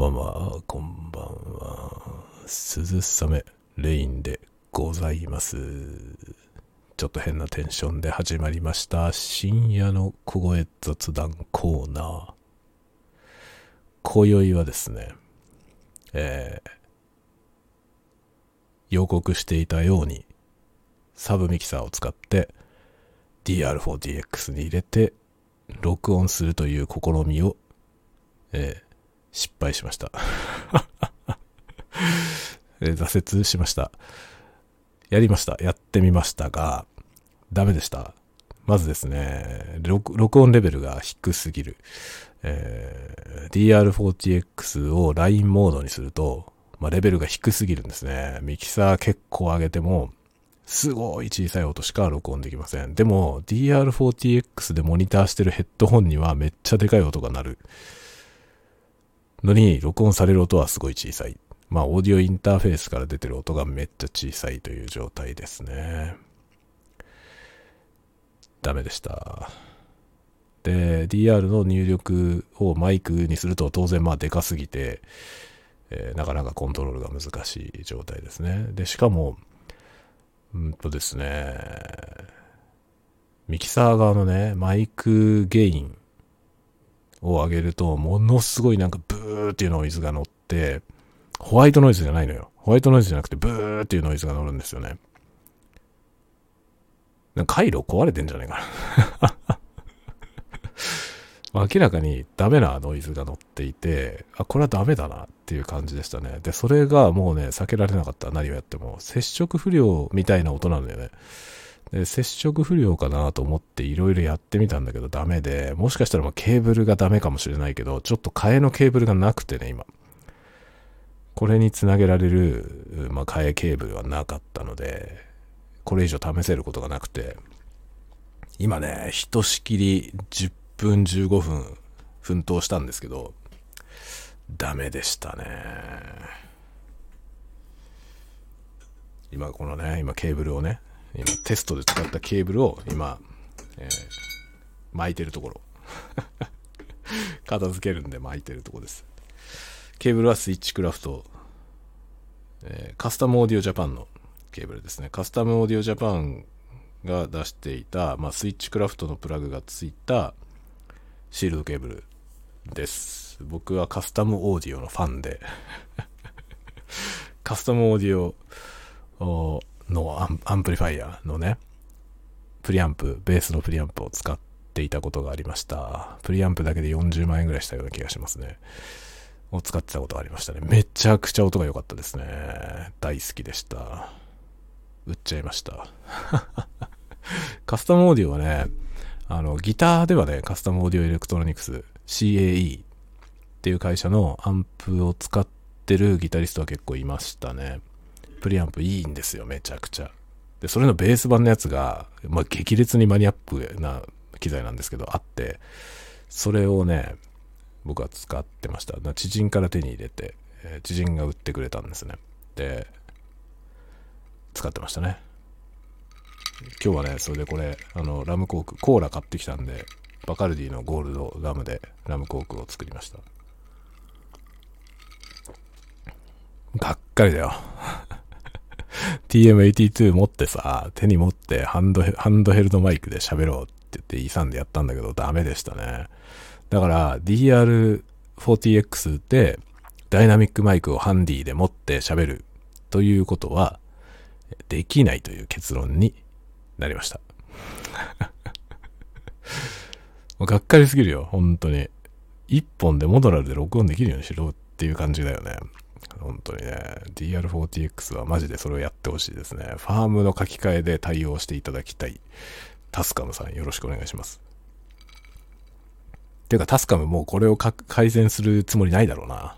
ばんは、こんばんは。鈴雨レインでございます。ちょっと変なテンションで始まりました深夜の小声雑談コーナー。今宵はですね、予告していたようにサブミキサーを使って DR4DX に入れて録音するという試みを、失敗しました挫折しました。やってみましたがダメでした。まずですね、録音レベルが低すぎる、DR4DX を LINE モードにすると、レベルが低すぎるんですね。ミキサー結構上げてもすごい小さい音しか録音できません。でも DR4DX でモニターしてるヘッドホンにはめっちゃでかい音が鳴るのに、録音される音はすごい小さい。オーディオインターフェースから出てる音がめっちゃ小さいという状態ですね。ダメでした。で、DR の入力をマイクにすると当然でかすぎて、なかなかコントロールが難しい状態ですね。で、しかも、ですね、ミキサー側のね、マイクゲインを上げると、ものすごいブーっていうノイズが乗って、ホワイトノイズじゃないのよ。ホワイトノイズじゃなくて、ブーっていうノイズが乗るんですよね。回路壊れてんじゃないかな。明らかにダメなノイズが乗っていて、これはダメだなっていう感じでしたね。で、それがもうね、避けられなかった。何をやっても。接触不良みたいな音なんだよね。で、接触不良かなと思っていろいろやってみたんだけどダメで、もしかしたらケーブルがダメかもしれないけど、ちょっと替えのケーブルがなくてね、今。これにつなげられる、替えケーブルはなかったので、これ以上試せることがなくて、今ね、ひとしきり10分15分奮闘したんですけど、ダメでしたね。今このね、今ケーブルをね、今テストで使ったケーブルを今、巻いてるところ片付けるんで巻いてるところです。ケーブルはスイッチクラフト、カスタムオーディオジャパンのケーブルですね。カスタムオーディオジャパンが出していた、スイッチクラフトのプラグがついたシールドケーブルです。僕はカスタムオーディオのファンでカスタムオーディオのアンプリファイアのね、プリアンプ、ベースのプリアンプを使っていたことがありました。プリアンプだけで40万円ぐらいしたような気がしますね。を使ってたことがありましたね。めちゃくちゃ音が良かったですね。大好きでした。売っちゃいましたカスタムオーディオはね、ギターではね、カスタムオーディオエレクトロニクス CAE っていう会社のアンプを使ってるギタリストは結構いましたね。プリアンプいいんですよ、めちゃくちゃ。で、それのベース版のやつが、激烈にマニアックな機材なんですけど、あって、それをね、僕は使ってました。知人から手に入れて、知人が売ってくれたんですね。で、使ってましたね。今日はね、それでこれ、ラムコーク、コーラ買ってきたんで、バカルディのゴールドラムでラムコークを作りました。がっかりだよ。TM82 持ってさ、手に持ってハンドヘルドマイクで喋ろうって言って勇んでやったんだけどダメでしたね。だから DR4DX でダイナミックマイクをハンディで持って喋るということはできないという結論になりましたもうがっかりすぎるよ、本当に。一本でモノラルで録音できるようにしろっていう感じだよね。本当にね、DR4DX はマジでそれをやってほしいですね。ファームの書き換えで対応していただきたい。タスカムさんよろしくお願いします。ていうかタスカムもうこれを改善するつもりないだろうな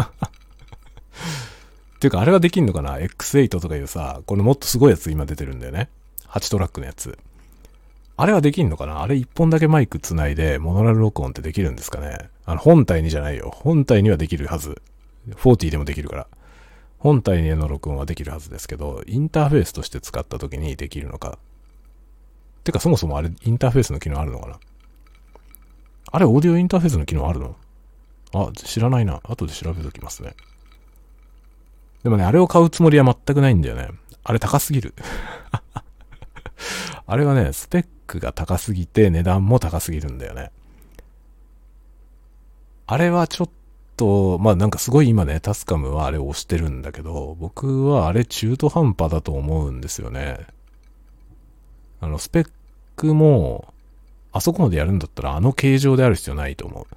ていうかあれはできんのかな、 X8 とかいうさ、これもっとすごいやつ今出てるんだよね。8トラックのやつ。あれはできんのかな。あれ一本だけマイクつないでモノラル録音ってできるんですかね。本体にじゃないよ。本体にはできるはず。40でもできるから。本体への録音はできるはずですけど、インターフェースとして使った時にできるのか。てかそもそもあれインターフェースの機能あるのかな。あれオーディオインターフェースの機能あるの？ 知らないな。後で調べときますね。でもね、あれを買うつもりは全くないんだよね。あれ高すぎる。あれはね、スペックが高すぎて値段も高すぎるんだよね。あれはちょっと、まあなんかすごい今ね、タスカムはあれを押してるんだけど、僕はあれ中途半端だと思うんですよね。スペックも、あそこまでやるんだったらあの形状である必要ないと思う。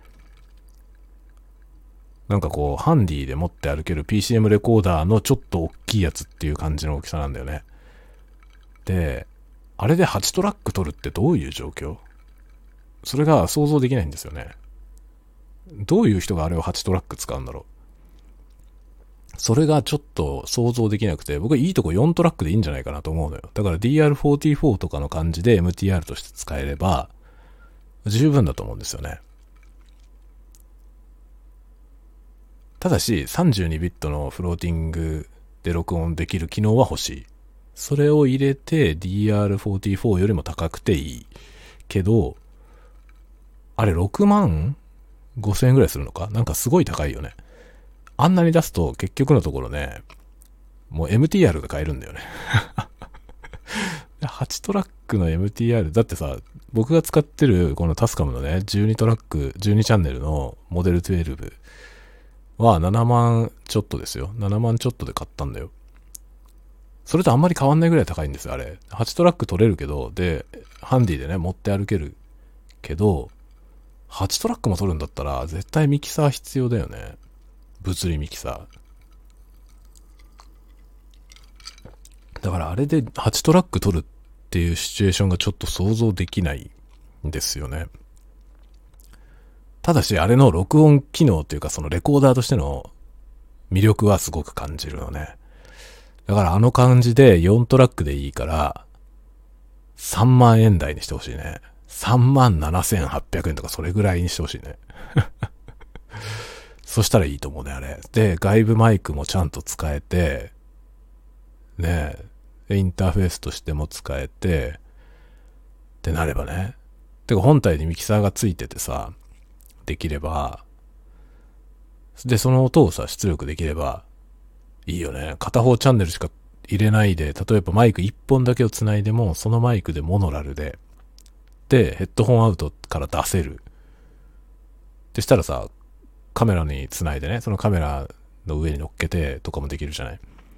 なんかこう、ハンディで持って歩ける PCM レコーダーのちょっと大きいやつっていう感じの大きさなんだよね。で、あれで8トラック取るってどういう状況？それが想像できないんですよね。どういう人があれを8トラック使うんだろう。それがちょっと想像できなくて、僕はいいとこ4トラックでいいんじゃないかなと思うのよ。だから DR44 とかの感じで MTR として使えれば十分だと思うんですよね。ただし32ビットのフローティングで録音できる機能は欲しい。それを入れて DR44 よりも高くていい。けど、あれ6万5千円ぐらいするのか？なんかすごい高いよね。あんなに出すと結局のところね、もう MTR が買えるんだよね。8トラックの MTR、だってさ、僕が使ってるこのタスカムのね、12トラック、12チャンネルのモデル12は7万ちょっとですよ。7万ちょっとで買ったんだよ。それとあんまり変わんないぐらい高いんですよ、あれ。8トラック取れるけど、で、ハンディでね、持って歩けるけど、8トラックも取るんだったら、絶対ミキサー必要だよね。物理ミキサー。だからあれで8トラック取るっていうシチュエーションがちょっと想像できないんですよね。ただし、あれの録音機能というか、そのレコーダーとしての魅力はすごく感じるのね。だからあの感じで4トラックでいいから、3万円台にしてほしいね。3万7800円とかそれぐらいにしてほしいね。そしたらいいと思うね、あれ。で、外部マイクもちゃんと使えて、ねえ、インターフェースとしても使えて、ってなればね。てか本体にミキサーがついててさ、できれば、で、その音をさ、出力できれば、いいよね。片方チャンネルしか入れないで、例えばマイク1本だけを繋いでも、そのマイクでモノラルで、で、ヘッドホンアウトから出せる。ってしたらさ、カメラに繋いでね、そのカメラの上に乗っけてとかもできるじゃない。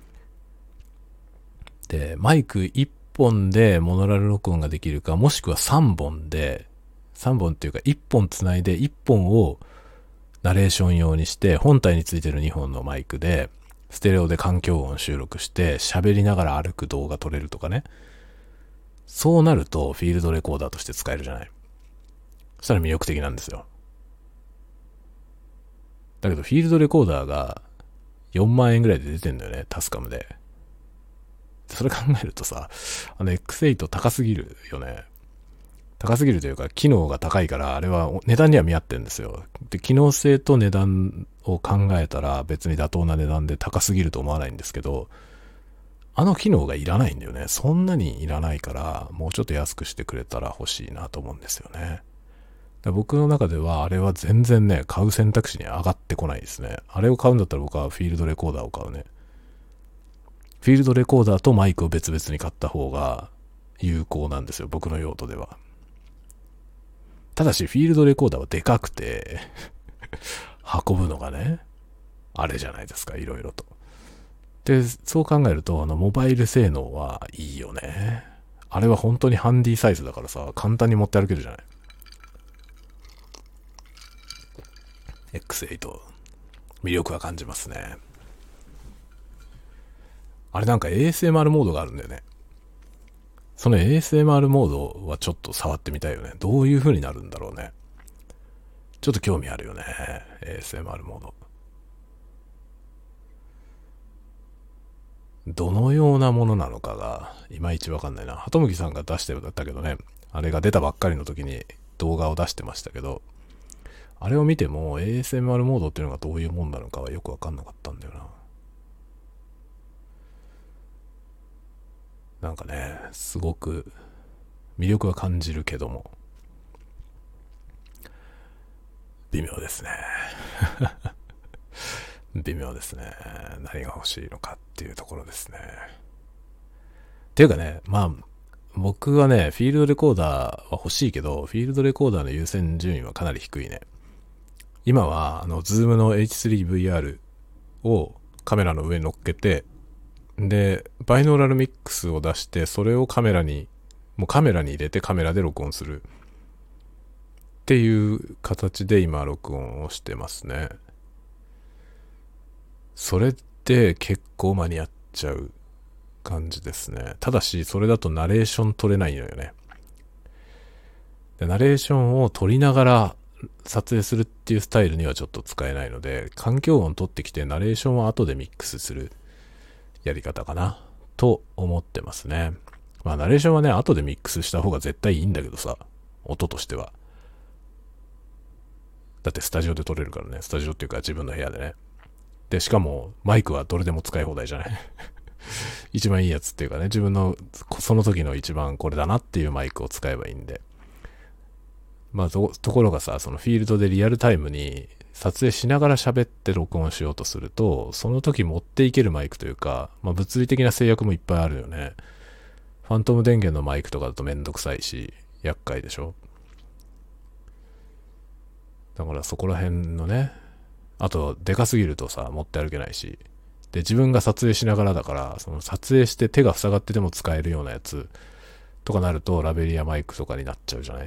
で、マイク1本でモノラル録音ができるか、もしくは3本で、3本っていうか1本繋いで1本をナレーション用にして、本体についてる2本のマイクで、ステレオで環境音収録して、喋りながら歩く動画撮れるとかね。そうなると、フィールドレコーダーとして使えるじゃない。そしたら魅力的なんですよ。だけど、フィールドレコーダーが4万円ぐらいで出てんだよね、タスカムで。それ考えるとさ、X8 高すぎるよね。高すぎるというか、機能が高いから、あれは値段には見合ってるんですよ。で、機能性と値段を考えたら別に妥当な値段で高すぎると思わないんですけど、あの機能がいらないんだよね。そんなにいらないから、もうちょっと安くしてくれたら欲しいなと思うんですよね。僕の中ではあれは全然ね、買う選択肢に上がってこないですね。あれを買うんだったら僕はフィールドレコーダーを買うね。フィールドレコーダーとマイクを別々に買った方が有効なんですよ、僕の用途では。ただし、フィールドレコーダーはでかくて運ぶのがね、あれじゃないですか、いろいろと。で、そう考えると、モバイル性能はいいよね。あれは本当にハンディサイズだからさ、簡単に持って歩けるじゃない。X8。魅力は感じますね。あれなんか ASMR モードがあるんだよね。その ASMR モードはちょっと触ってみたいよね。どういう風になるんだろうね。ちょっと興味あるよね。ASMR モード。どのようなものなのかが、いまいちわかんないな。はとむきさんが出してるだったけどね。あれが出たばっかりの時に動画を出してましたけど、あれを見ても ASMR モードっていうのがどういうもんなのかはよくわかんなかったんだよな。なんかね、すごく魅力は感じるけども。 微妙ですね。微妙ですね。何が欲しいのかっていうところですね。っていうかね、まあ、僕はね、フィールドレコーダーは欲しいけど、フィールドレコーダーの優先順位はかなり低いね。今は、ズームの H3VR をカメラの上に乗っけて、で、バイノーラルミックスを出して、それをカメラに入れてカメラで録音するっていう形で今録音をしてますね。それって結構間に合っちゃう感じですね。ただし、それだとナレーション取れないのよね。でナレーションを取りながら撮影するっていうスタイルにはちょっと使えないので、環境音取ってきてナレーションを後でミックスするやり方かなと思ってますね。まあナレーションはね、後でミックスした方が絶対いいんだけどさ、音としては。だってスタジオで撮れるからね。スタジオっていうか自分の部屋でね。で、しかもマイクはどれでも使い放題じゃない。一番いいやつっていうかね、自分のその時の一番これだなっていうマイクを使えばいいんで。まあところがさ、そのフィールドでリアルタイムに撮影しながら喋って録音しようとすると、その時持っていけるマイクというか、まあ物理的な制約もいっぱいあるよね。ファントム電源のマイクとかだとめんどくさいし、厄介でしょ。だからそこら辺のね、あとでかすぎるとさ、持って歩けないし、で自分が撮影しながらだから、その撮影して手が塞がってても使えるようなやつとかなるとラベリアマイクとかになっちゃうじゃない。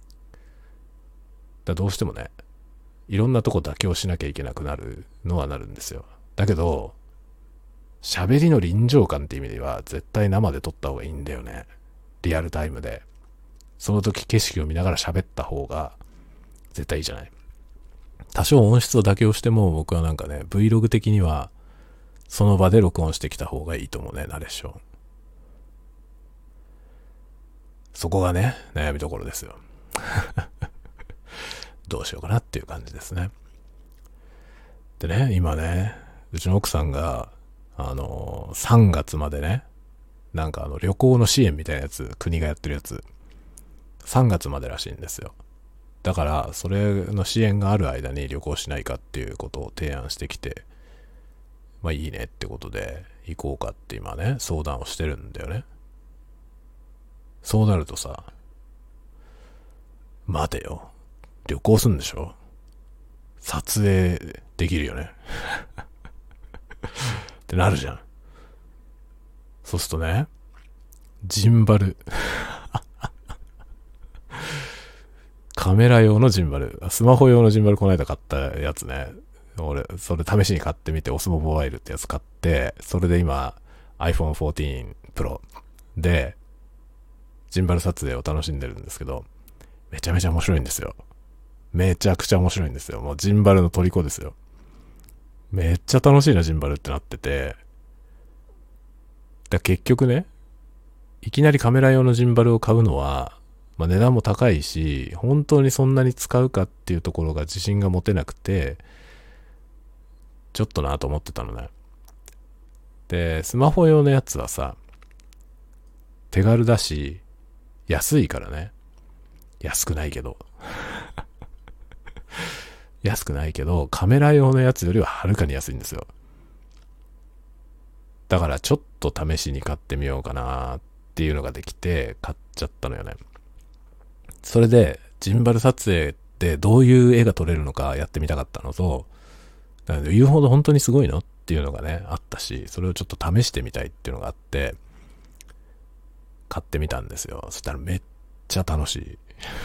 だどうしてもね、いろんなとこ妥協しなきゃいけなくなるのはなるんですよ。だけど喋りの臨場感って意味では絶対生で撮った方がいいんだよね。リアルタイムでその時景色を見ながら喋った方が絶対いいじゃない。多少音質を妥協しても僕はなんかね、 Vlog 的にはその場で録音してきた方がいいと思うね、ナレーション。そこがね、悩みどころですよ。どうしようかなっていう感じですね。でね、今ね、うちの奥さんが、3月までね、なんか旅行の支援みたいなやつ、国がやってるやつ、3月までらしいんですよ。だから、それの支援がある間に旅行しないかっていうことを提案してきて、まあいいねってことで、行こうかって今ね、相談をしてるんだよね。そうなるとさ、待てよ。旅行すんでしょ？撮影できるよね。ってなるじゃん。そうするとね、ジンバル。カメラ用のジンバル。スマホ用のジンバルこの間買ったやつね。俺、それ試しに買ってみて、オスモモバイルってやつ買って、それで今、iPhone 14 Pro で、ジンバル撮影を楽しんでるんですけど、めちゃめちゃ面白いんですよ。めちゃくちゃ面白いんですよ。もうジンバルの虜ですよ。めっちゃ楽しいな、ジンバルってなってて。だ結局ね、いきなりカメラ用のジンバルを買うのは、まあ、値段も高いし、本当にそんなに使うかっていうところが自信が持てなくて、ちょっとなと思ってたのね。で、スマホ用のやつはさ、手軽だし、安いからね。安くないけど。安くないけど、カメラ用のやつよりははるかに安いんですよ。だからちょっと試しに買ってみようかなっていうのができて、買っちゃったのよね。それで、ジンバル撮影ってどういう絵が撮れるのかやってみたかったのと、言うほど本当にすごいのっていうのがね、あったし、それをちょっと試してみたいっていうのがあって、買ってみたんですよ。そしたらめっちゃ楽しい。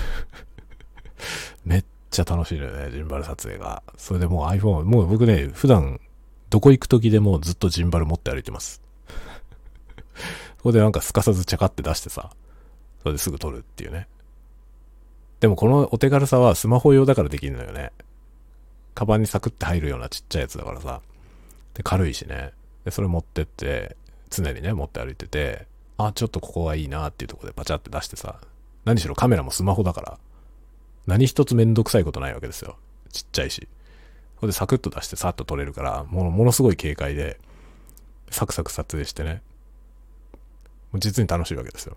めっちゃ楽しいのよね、ジンバル撮影が。それでもう iPhone、もう僕ね、普段どこ行く時でもずっとジンバル持って歩いてます。そこでなんかすかさずチャカって出してさ、それですぐ撮るっていうね。でもこのお手軽さはスマホ用だからできるのよね。カバンにサクって入るようなちっちゃいやつだからさ。で、軽いしね。で、それ持ってって、常にね、持って歩いてて、あ、ちょっとここがいいなっていうところでパチャって出してさ、何しろカメラもスマホだから、何一つめんどくさいことないわけですよ。ちっちゃいし。これでサクッと出してさっと撮れるから、ものすごい軽快で、サクサク撮影してね、もう実に楽しいわけですよ。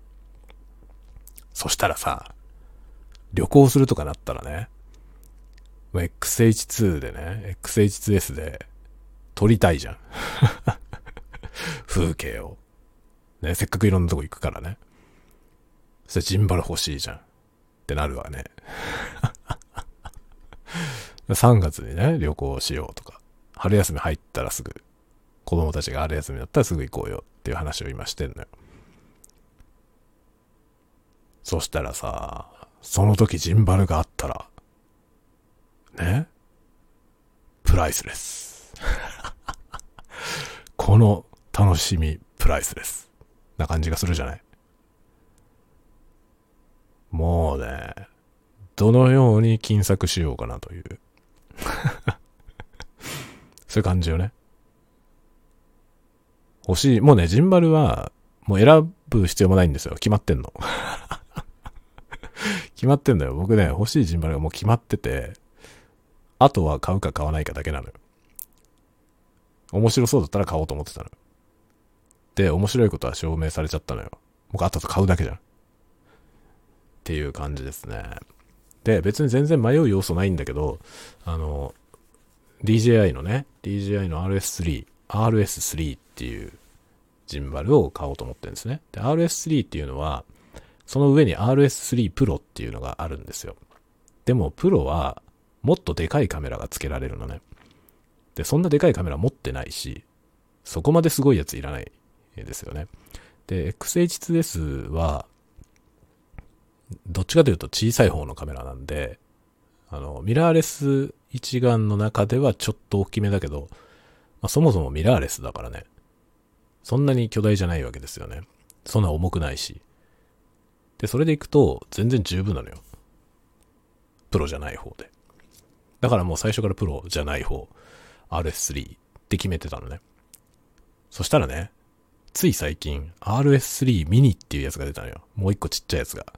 そしたらさ、旅行するとかなったらね、 XH2 でね、XH2S で撮りたいじゃん。風景を。ね、せっかくいろんなとこ行くからね。そしてジンバル欲しいじゃん。ってなるわね。3月にね、旅行しようとか。春休み入ったらすぐ、子供たちが春休みだったらすぐ行こうよっていう話を今してんのよ。そしたらさ、その時ジンバルがあったら、ね、プライスレス。この楽しみ、プライスレス。な感じがするじゃない。もうね、どのように金策しようかなという。そういう感じよね。欲しい。もうね、ジンバルは、もう選ぶ必要もないんですよ。決まってんの。決まってんだよ。僕ね、欲しいジンバルがもう決まってて、あとは買うか買わないかだけなのよ。面白そうだったら買おうと思ってたのよ。で、面白いことは証明されちゃったのよ。僕あと買うだけじゃん。っていう感じですね。で、別に全然迷う要素ないんだけど、DJI のね、DJI の RS3 っていうジンバルを買おうと思ってるんですね。で、RS3 っていうのは、その上に RS3 Pro っていうのがあるんですよ。でも、プロはもっとでかいカメラが付けられるのね。で、そんなでかいカメラ持ってないし、そこまですごいやついらないですよね。で、XH2S は、どっちかというと小さい方のカメラなんで、ミラーレス一眼の中ではちょっと大きめだけど、そもそもミラーレスだからね、そんなに巨大じゃないわけですよね。そんな重くないし。で、それでいくと全然十分なのよ。プロじゃない方で。だからもう最初からプロじゃない方、RS3 って決めてたのね。そしたらね、つい最近 RS3 ミニっていうやつが出たのよ。もう一個ちっちゃいやつが。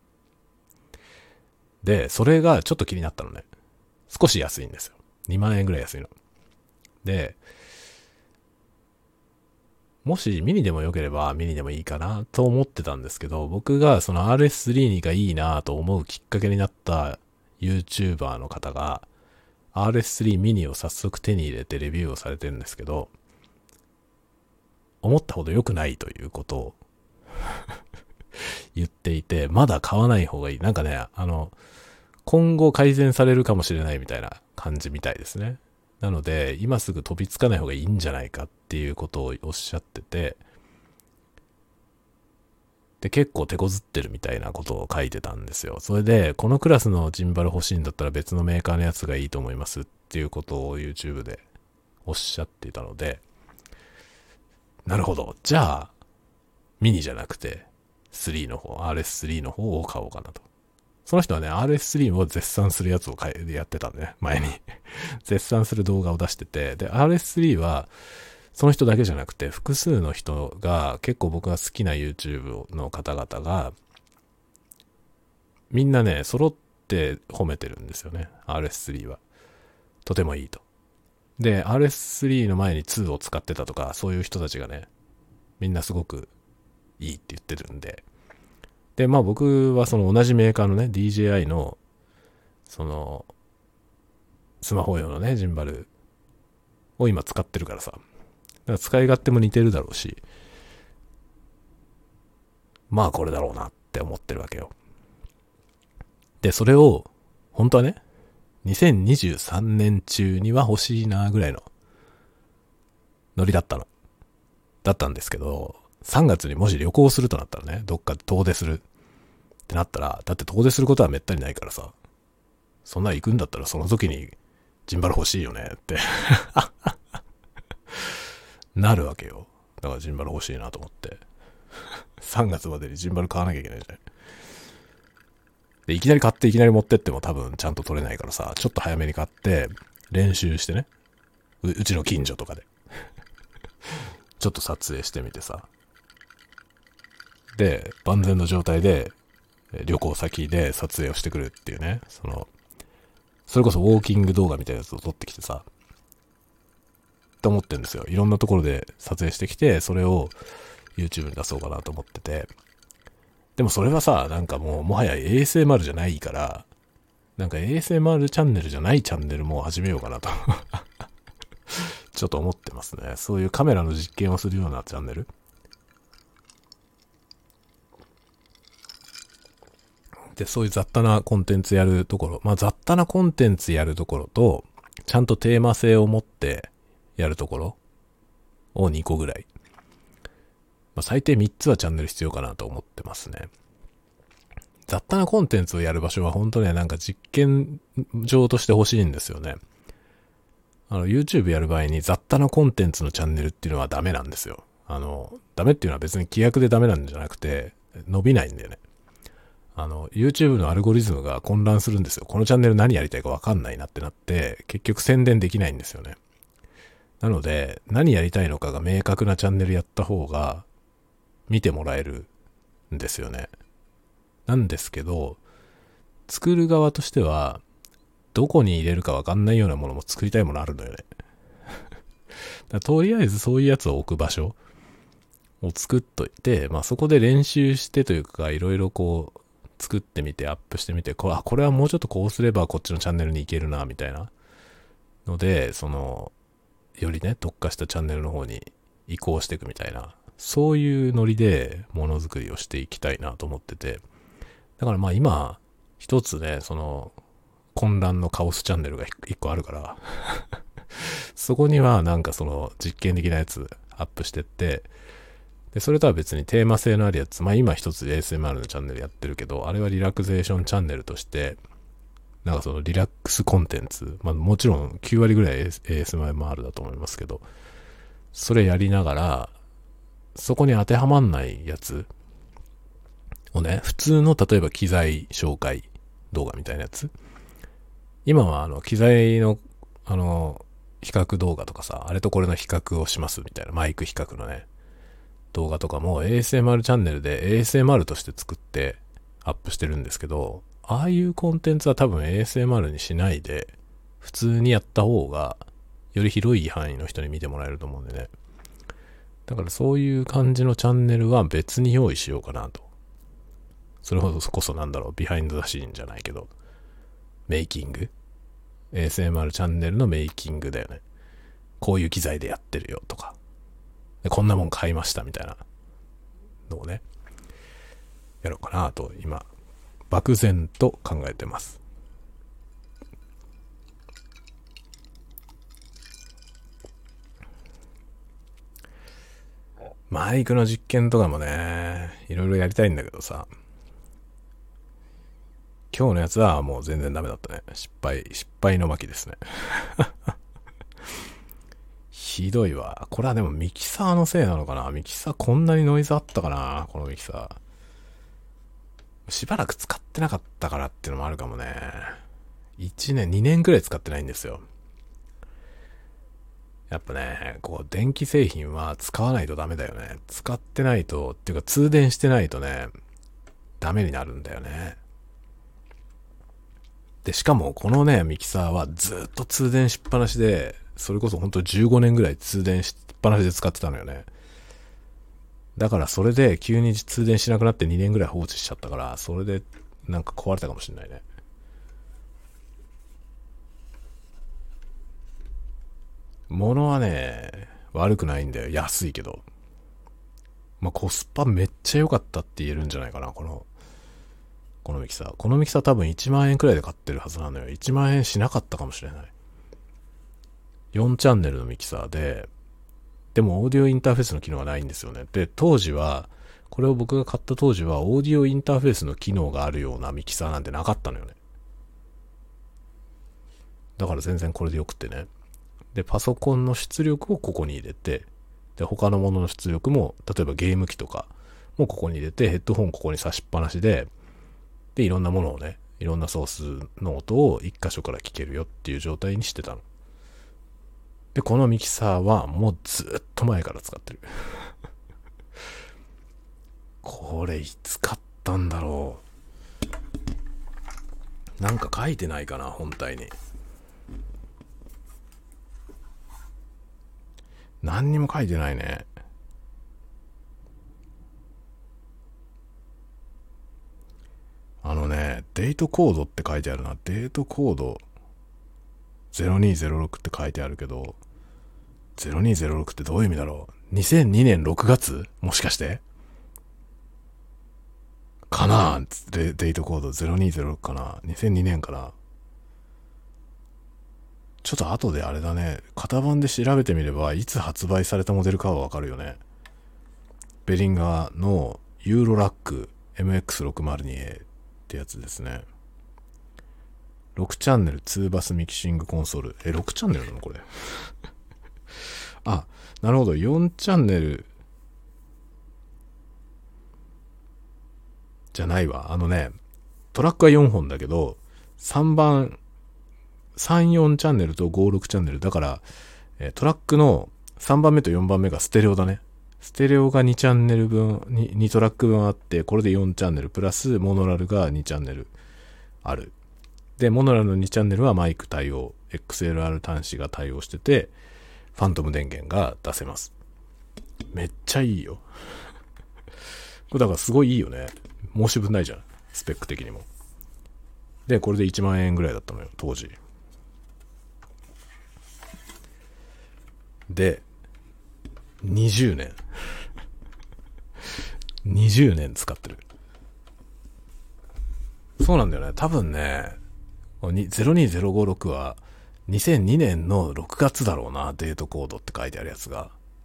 で、それがちょっと気になったのね。少し安いんですよ。2万円ぐらい安いの。で、もしミニでも良ければミニでもいいかなと思ってたんですけど、僕がその RS3 がいいなと思うきっかけになった YouTuber の方が RS3 ミニを早速手に入れてレビューをされてるんですけど、思ったほど良くないということを言っていて、まだ買わない方がいい。なんかね、今後改善されるかもしれないみたいな感じみたいですね。なので、今すぐ飛びつかない方がいいんじゃないかっていうことをおっしゃってて、で、結構手こずってるみたいなことを書いてたんですよ。それで、このクラスのジンバル欲しいんだったら別のメーカーのやつがいいと思いますっていうことを YouTube でおっしゃっていたので、なるほど。じゃあ、ミニじゃなくて、3の方、RS3 の方を買おうかなと。その人はね、RS3 を絶賛するやつをやってたんでね、前に。絶賛する動画を出してて、で、RS3 は、その人だけじゃなくて、複数の人が、結構僕が好きな YouTube の方々が、みんなね、揃って褒めてるんですよね、RS3 は。とてもいいと。で、RS3 の前に2を使ってたとか、そういう人たちがね、みんなすごくいいって言ってるんで。で、まあ僕はその同じメーカーのね、DJI の、その、スマホ用のね、ジンバルを今使ってるからさ。だから使い勝手も似てるだろうし、まあこれだろうなって思ってるわけよ。で、それを、本当はね、2023年中には欲しいなぐらいのノリだったんですけど、3月にもし旅行するとなったらね、どっかで遠出するってなったら、だって遠出することはめったにないからさ、そんな行くんだったらその時にジンバル欲しいよねってなるわけよ。だからジンバル欲しいなと思って3月までにジンバル買わなきゃいけないじゃない。で、いきなり買っていきなり持ってっても多分ちゃんと撮れないからさ、ちょっと早めに買って練習してね、うちの近所とかでちょっと撮影してみてさ、で万全の状態で旅行先で撮影をしてくるっていうね、それこそウォーキング動画みたいなやつを撮ってきてさって思ってるんですよ。いろんなところで撮影してきて、それを YouTube に出そうかなと思ってて、でもそれはさ、なんかもうもはや ASMR じゃないから、 なんか ASMR チャンネルじゃないチャンネルも始めようかなとちょっと思ってますね。そういうカメラの実験をするようなチャンネルで、そういう雑多なコンテンツやるところ、まあ雑多なコンテンツやるところと、ちゃんとテーマ性を持ってやるところを2個ぐらい。まあ、最低3つはチャンネル必要かなと思ってますね。雑多なコンテンツをやる場所は本当ね、なんか実験場として欲しいんですよね。YouTube やる場合に雑多なコンテンツのチャンネルっていうのはダメなんですよ。ダメっていうのは別に規約でダメなんじゃなくて、伸びないんだよね。YouTube のアルゴリズムが混乱するんですよ。このチャンネル何やりたいかわかんないなってなって、結局宣伝できないんですよね。なので、何やりたいのかが明確なチャンネルやった方が、見てもらえるんですよね。なんですけど、作る側としては、どこに入れるかわかんないようなものも作りたいものあるのよね。とりあえずそういうやつを置く場所を作っといて、まあそこで練習してというか、いろいろこう、作ってみて、アップしてみて、これはもうちょっとこうすればこっちのチャンネルに行けるな、みたいなので、よりね、特化したチャンネルの方に移行していくみたいな、そういうノリでものづくりをしていきたいなと思ってて、だからまあ今、一つね、混乱のカオスチャンネルが一個あるからそこにはなんか実験的なやつアップしてって、で、それとは別にテーマ性のあるやつ、まあ今一つ ASMR のチャンネルやってるけど、あれはリラクゼーションチャンネルとして、なんかリラックスコンテンツ、まあもちろん9割ぐらい ASMR だと思いますけど、それやりながら、そこに当てはまんないやつをね、普通の例えば機材紹介動画みたいなやつ。今は機材の比較動画とかさ、あれとこれの比較をしますみたいな、マイク比較のね、動画とかも ASMR チャンネルで ASMR として作ってアップしてるんですけど、ああいうコンテンツは多分 ASMR にしないで、普通にやった方が、より広い範囲の人に見てもらえると思うんでね。だからそういう感じのチャンネルは別に用意しようかなと。それこそなんだろう、ビハインドザシーンじゃないけど、メイキング ?ASMR チャンネルのメイキングだよね。こういう機材でやってるよとか。でこんなもん買いましたみたいなのをね、やろうかなと今、漠然と考えてます。マイクの実験とかもね、いろいろやりたいんだけどさ、今日のやつはもう全然ダメだったね。失敗の巻ですね。ひどいわ。これはでもミキサーのせいなのかな。ミキサーこんなにノイズあったかな、このミキサー。しばらく使ってなかったからっていうのもあるかもね。1年、2年くらい使ってないんですよ。やっぱね、電気製品は使わないとダメだよね。使ってないと、っていうか通電してないとね、ダメになるんだよね。で、しかもこのね、ミキサーはずっと通電しっぱなしで、それこそほんと15年ぐらい通電しっぱなしで使ってたのよね。だからそれで急に通電しなくなって2年ぐらい放置しちゃったから、それでなんか壊れたかもしれないね。物はね、悪くないんだよ。安いけど。まあ、コスパめっちゃ良かったって言えるんじゃないかな、このミキサー。このミキサー多分1万円くらいで買ってるはずなのよ。1万円しなかったかもしれない。4チャンネルのミキサーで、でもオーディオインターフェースの機能がないんですよね。で、当時は、これを僕が買った当時はオーディオインターフェースの機能があるようなミキサーなんてなかったのよね。だから全然これでよくてね。で、パソコンの出力をここに入れて、で、他のものの出力も、例えばゲーム機とかもここに入れて、ヘッドホンここに差しっぱなしで、で、いろんなものをね、いろんなソースの音を一箇所から聞けるよっていう状態にしてたの。で、このミキサーはもうずっと前から使ってる。これいつ買ったんだろう。なんか書いてないかな、本体に。何にも書いてないね。デートコードって書いてあるな。デートコード0206って書いてあるけど、0206ってどういう意味だろう。2002年6月もしかしてかな。デートコード0206かな。2002年かな。ちょっと後であれだね。型番で調べてみれば、いつ発売されたモデルかはわかるよね。ベリンガーのユーロラック MX602A ってやつですね。6チャンネル2バスミキシングコンソール。6チャンネルなのこれ。あ、なるほど。4チャンネルじゃないわ。トラックは4本だけど、3、4チャンネルと5、6チャンネル。だから、トラックの3番目と4番目がステレオだね。ステレオが2チャンネル分、2トラック分あって、これで4チャンネル、プラスモノラルが2チャンネルある。で、モノラルの2チャンネルはマイク対応、XLR 端子が対応してて、ファントム電源が出せます。めっちゃいいよ。これだからすごいいいよね。申し分ないじゃん。スペック的にも。で、これで1万円ぐらいだったのよ、当時。で、20年。20年使ってる。そうなんだよね。多分ね、02056は2002年の6月だろうな、デートコードって書いてあるやつが。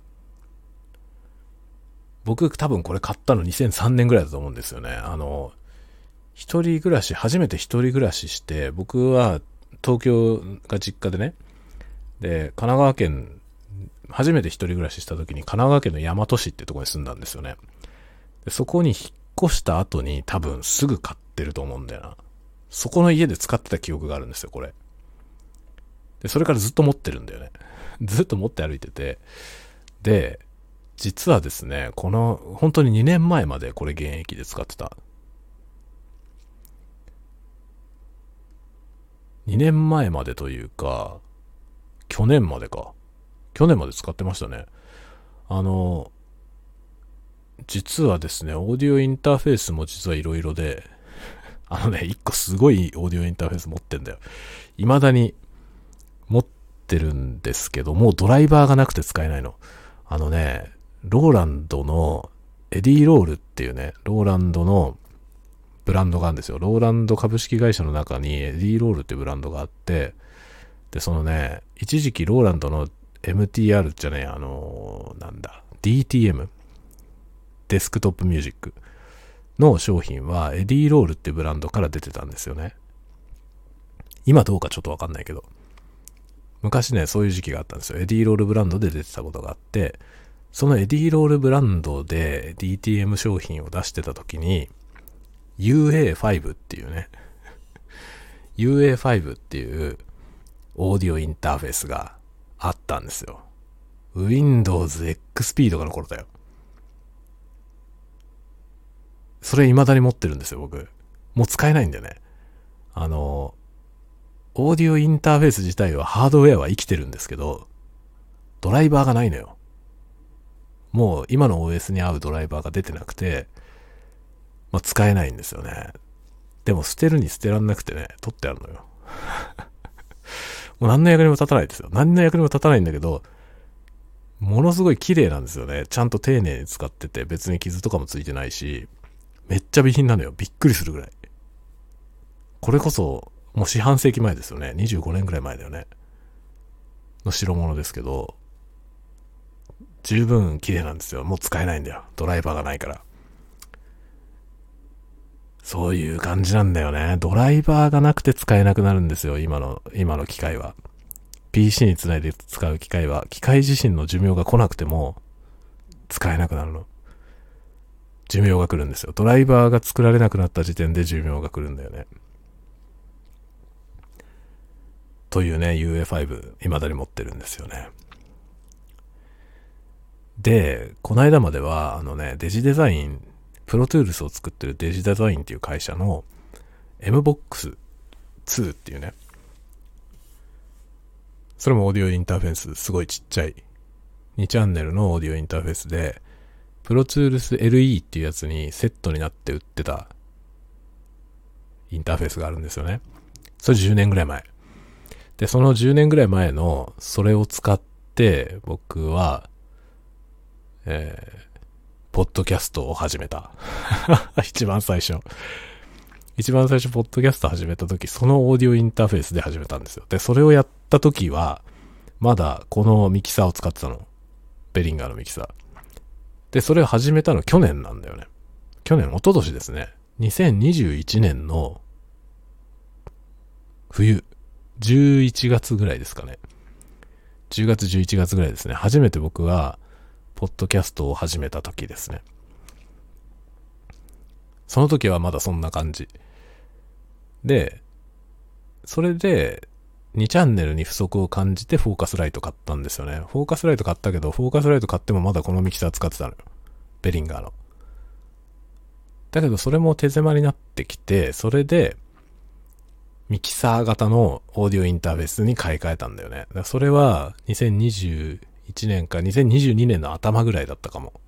僕多分これ買ったの2003年ぐらいだと思うんですよね。一人暮らし、初めて一人暮らしして、僕は東京が実家でね、で、神奈川県、初めて一人暮らしした時に神奈川県の大和市っていうところに住んだんですよね。でそこに引っ越した後に多分すぐ買ってると思うんだよな。そこの家で使ってた記憶があるんですよ、これ。で、それからずっと持ってるんだよね。ずっと持って歩いてて。で、実はですね、本当に2年前までこれ現役で使ってた。2年前までというか、去年までか。去年まで使ってましたね。実はですね、オーディオインターフェースも実はいろいろで、一個すごいオーディオインターフェース持ってんだよ。未だに持ってるんですけど、もうドライバーがなくて使えないの。ローランドのエディロールっていうね、ローランドのブランドがあるんですよ。ローランド株式会社の中にエディロールっていうブランドがあって、で、一時期ローランドの MTR じゃねえ、DTM デスクトップミュージックの商品はエディロールってブランドから出てたんですよね。今どうかちょっとわかんないけど。昔ね、そういう時期があったんですよ。エディロールブランドで出てたことがあって、そのエディロールブランドで DTM 商品を出してた時に UA5 っていうねUA5 っていうオーディオインターフェースがあったんですよ。Windows XP とかの頃だよ。それ未だに持ってるんですよ、僕。もう使えないんだよね。オーディオインターフェース自体はハードウェアは生きてるんですけど、ドライバーがないのよ。もう今の OS に合うドライバーが出てなくて、使えないんですよね。でも捨てるに捨てらんなくてね、取ってあるのよ。もう何の役にも立たないですよ。何の役にも立たないんだけど、ものすごい綺麗なんですよね。ちゃんと丁寧に使ってて、別に傷とかもついてないし、めっちゃ備品なのよ。びっくりするぐらい。これこそ、もう四半世紀前ですよね。25年ぐらい前だよね。の代物ですけど、十分綺麗なんですよ。もう使えないんだよ。ドライバーがないから。そういう感じなんだよね。ドライバーがなくて使えなくなるんですよ。今の機械は。PC につないで使う機械は、機械自身の寿命が来なくても、使えなくなるの。寿命が来るんですよ。ドライバーが作られなくなった時点で寿命が来るんだよね。というね、UA5、未だに持ってるんですよね。で、この間までは、デジデザイン、プロトゥールスを作ってるデジデザインっていう会社の MBOX2 っていうね、それもオーディオインターフェースすごいちっちゃい2チャンネルのオーディオインターフェースで、プロトゥールス LE っていうやつにセットになって売ってたインターフェースがあるんですよね。それ10年ぐらい前。で、その10年ぐらい前のそれを使って僕は、ポッドキャストを始めた。一番最初、ポッドキャスト始めた時、そのオーディオインターフェースで始めたんですよ。で、それをやった時は、まだこのミキサーを使ってたの。ベリンガーのミキサー。で、それを始めたの去年なんだよね。一昨年ですね。2021年の冬、11月ぐらいですかね。10月、11月ぐらいですね。初めて僕は、ポッドキャストを始めた時ですね。その時はまだそんな感じ。で、それで、2チャンネルに不足を感じてフォーカスライト買ったんですよね。フォーカスライト買ったけど、フォーカスライト買ってもまだこのミキサー使ってたのよ。ベリンガーの。だけどそれも手狭になってきて、それで、ミキサー型のオーディオインターフェースに買い替えたんだよね。だからそれは2021年か2022年の頭ぐらいだったかも。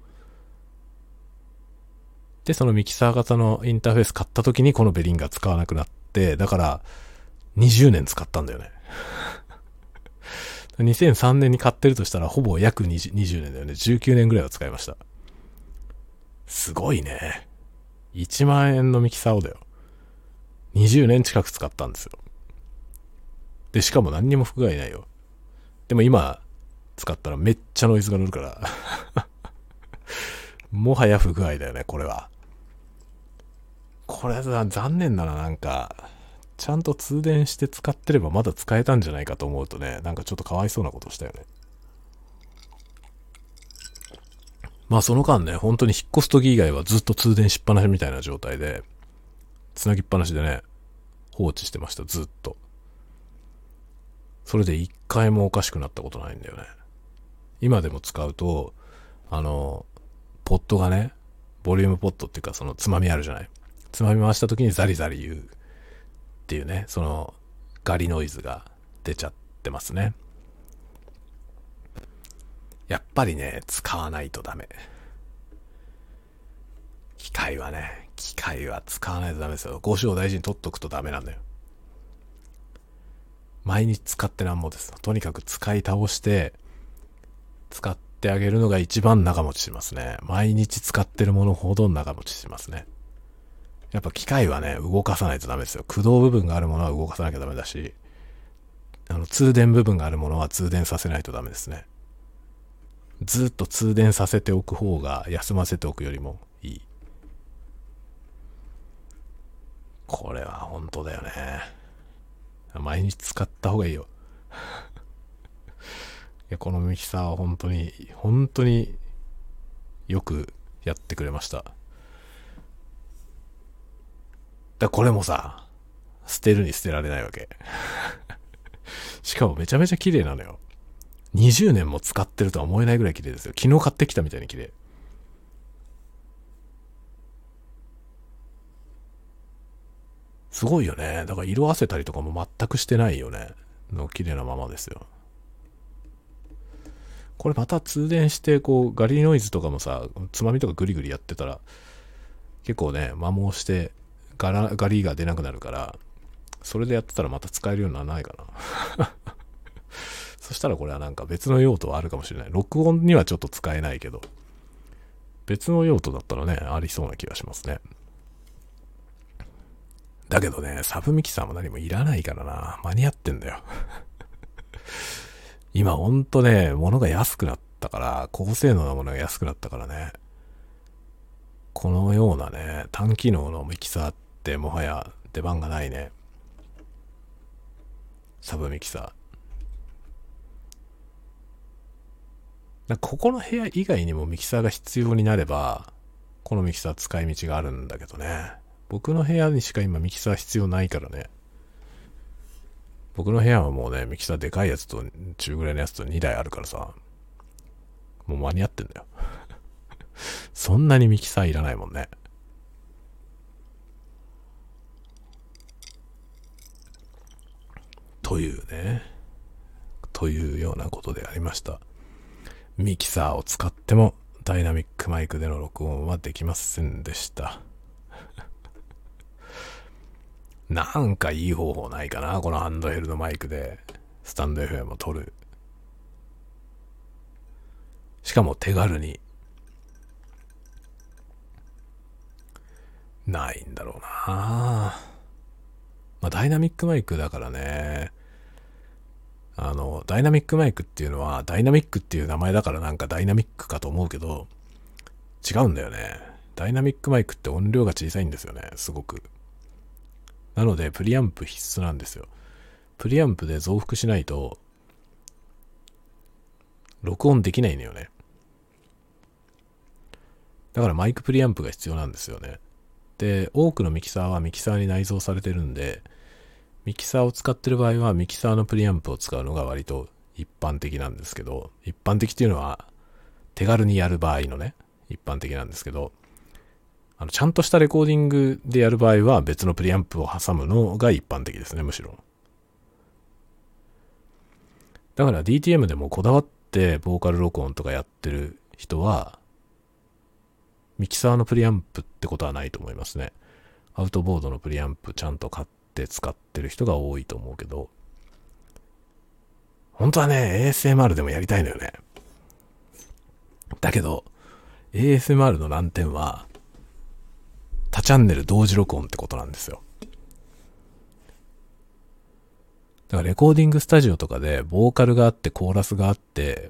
で、そのミキサー型のインターフェース買った時にこのベリンガー使わなくなって、だから20年使ったんだよね。2003年に買ってるとしたらほぼ約 20年だよね。19年ぐらいは使いました。すごいね。1万円のミキサーをだよ。20年近く使ったんですよ。で、しかも何にも不具合ないよ。でも今使ったらめっちゃノイズが乗るからもはや不具合だよね、これは。これは残念だな、なんか。ちゃんと通電して使ってればまだ使えたんじゃないかと思うとね、なんかちょっとかわいそうなことしたよね。まあその間ね、本当に引っ越す時以外はずっと通電しっぱなしみたいな状態で、つなぎっぱなしでね、放置してました、ずっと。それで一回もおかしくなったことないんだよね。今でも使うと、ポットがね、ボリュームポットっていうかそのつまみあるじゃない。つまみ回した時にザリザリ言うっていうね、そのガリノイズが出ちゃってますね。やっぱりね、使わないとダメ。機械は使わないとダメですよ。5種を大事に取っとくとダメなんだよ。毎日使ってなんぼです。とにかく使い倒して使ってあげるのが一番長持ちしますね。毎日使ってるものほど長持ちしますね。やっぱ機械はね、動かさないとダメですよ。駆動部分があるものは動かさなきゃダメだし、通電部分があるものは通電させないとダメですね。ずっと通電させておく方が休ませておくよりもいい。これは本当だよね。毎日使った方がいいよ。いや、このミキサーは本当によくやってくれました。これもさ、捨てるに捨てられないわけ。しかもめちゃめちゃ綺麗なのよ。20年も使ってるとは思えないぐらい綺麗ですよ。昨日買ってきたみたいに綺麗。すごいよね。だから色あせたりとかも全くしてないよね。綺麗なままですよ。これまた通電してガリノイズとかもさ、つまみとかグリグリやってたら結構ね、摩耗してガリが出なくなるから、それでやってたらまた使えるようにならないかな。そしたらこれはなんか別の用途はあるかもしれない。録音にはちょっと使えないけど、別の用途だったらね、ありそうな気がしますね。だけどね、サブミキサーも何もいらないからな。間に合ってんだよ。今ほんとね、物が安くなったから、高性能なものが安くなったからね。このようなね、単機能のミキサーってもはや出番がないね。サブミキサー。ここの部屋以外にもミキサーが必要になれば、このミキサー使い道があるんだけどね。僕の部屋にしか今ミキサー必要ないからね。僕の部屋はもうね、ミキサーでかいやつと中ぐらいのやつと2台あるからさ、もう間に合ってんだよ。そんなにミキサーいらないもんね。というようなことでありました。ミキサーを使ってもダイナミックマイクでの録音はできませんでした。 なんかいい方法ないかな、このハンドヘルのマイクでスタンド FM を撮る。しかも手軽に。ないんだろうな。まあダイナミックマイクだからね。ダイナミックマイクっていうのは、ダイナミックっていう名前だからなんかダイナミックかと思うけど、違うんだよね。ダイナミックマイクって音量が小さいんですよね、すごく。なので、プリアンプ必須なんですよ。プリアンプで増幅しないと、録音できないのよね。だからマイクプリアンプが必要なんですよね。で、多くのミキサーはミキサーに内蔵されてるんで、ミキサーを使ってる場合はミキサーのプリアンプを使うのが割と一般的なんですけど、一般的っていうのは手軽にやる場合のね、一般的なんですけど、ちゃんとしたレコーディングでやる場合は別のプリアンプを挟むのが一般的ですね、むしろ。だから DTM でもこだわってボーカル録音とかやってる人は、ミキサーのプリアンプってことはないと思いますね。アウトボードのプリアンプちゃんと買って使ってる人が多いと思うけど、本当はね、ASMR でもやりたいのよね。だけど、ASMR の難点は、多チャンネル同時録音ってことなんですよ。だからレコーディングスタジオとかでボーカルがあってコーラスがあって、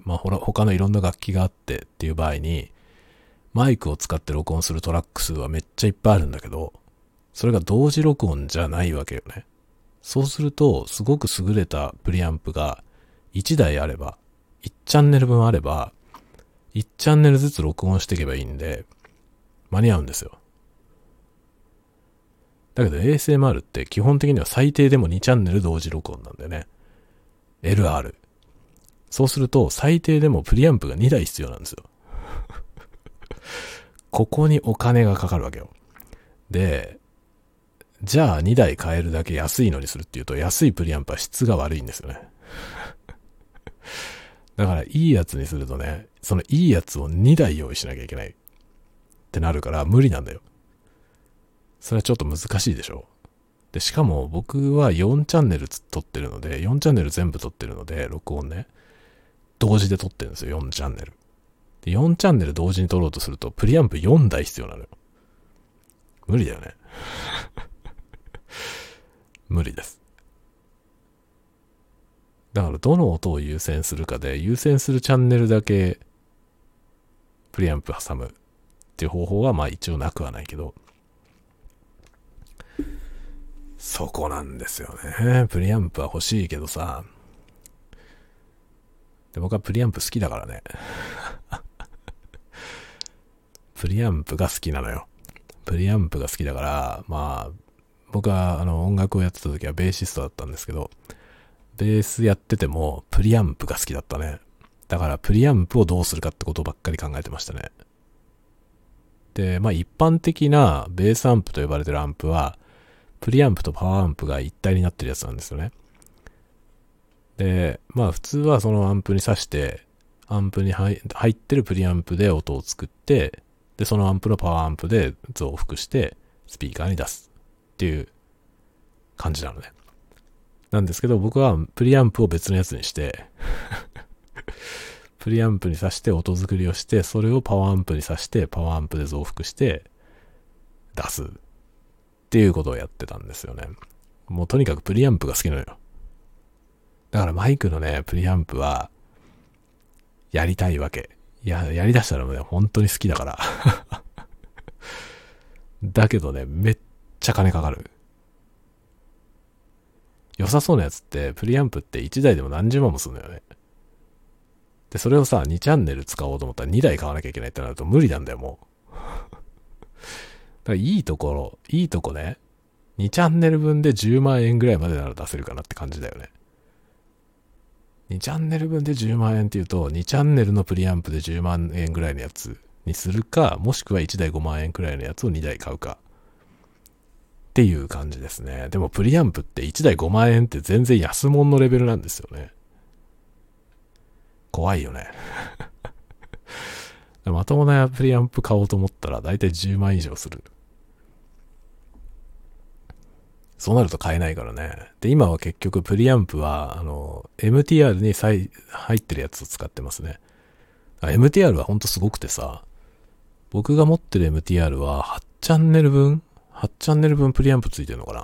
まあ他のいろんな楽器があってっていう場合に、マイクを使って録音するトラック数はめっちゃいっぱいあるんだけど、それが同時録音じゃないわけよね。そうすると、すごく優れたプリアンプが1台あれば、1チャンネル分あれば、1チャンネルずつ録音していけばいいんで、間に合うんですよ。だけど ASMR って基本的には最低でも2チャンネル同時録音なんだよね。LR。そうすると最低でもプリアンプが2台必要なんですよ。ここにお金がかかるわけよ。で、じゃあ2台買えるだけ安いのにするっていうと、安いプリアンプは質が悪いんですよね。だからいいやつにするとね、そのいいやつを2台用意しなきゃいけないってなるから無理なんだよ。それはちょっと難しいでしょ。で、しかも僕は4チャンネル撮ってるので、4チャンネル全部撮ってるので、録音ね、同時で撮ってるんですよ、4チャンネル。で、4チャンネル同時に撮ろうとすると、プリアンプ4台必要なのよ。無理だよね。無理です。だからどの音を優先するかで、優先するチャンネルだけプリアンプ挟むっていう方法はまあ一応なくはないけど、そこなんですよね。プリアンプは欲しいけどさ。で、僕はプリアンプ好きだからね。プリアンプが好きなのよ。プリアンプが好きだから、まあ、僕は音楽をやってた時はベーシストだったんですけど、ベースやっててもプリアンプが好きだったね。だからプリアンプをどうするかってことばっかり考えてましたね。で、まあ一般的なベースアンプと呼ばれてるアンプは、プリアンプとパワーアンプが一体になってるやつなんですよね。で、まあ普通はそのアンプに挿して、アンプに入ってるプリアンプで音を作って、で、そのアンプのパワーアンプで増幅して、スピーカーに出すっていう感じなのね。なんですけど、僕はプリアンプを別のやつにして、プリアンプに挿して音作りをして、それをパワーアンプに挿して、パワーアンプで増幅して、出すっていうことをやってたんですよね。もうとにかくプリアンプが好きなのよ。だからマイクのね、プリアンプは、やりたいわけ。いや、やり出したらね、本当に好きだから。だけどね、めっちゃ金かかる。良さそうなやつって、プリアンプって1台でも何十万もするのよね。で、それをさ、2チャンネル使おうと思ったら2台買わなきゃいけないってなると無理なんだよ、もう。だからいいとこね、2チャンネル分で10万円ぐらいまでなら出せるかなって感じだよね。2チャンネル分で10万円っていうと、2チャンネルのプリアンプで10万円ぐらいのやつにするか、もしくは1台5万円くらいのやつを2台買うか。っていう感じですね。でもプリアンプって1台5万円って全然安物のレベルなんですよね。怖いよね。まともなプリアンプ買おうと思ったらだいたい10万以上する。 そうなると買えないからね。で、今は結局プリアンプは、MTR に入ってるやつを使ってますね。MTR はほんとすごくてさ、僕が持ってる MTR は8チャンネル分プリアンプついてるのかな。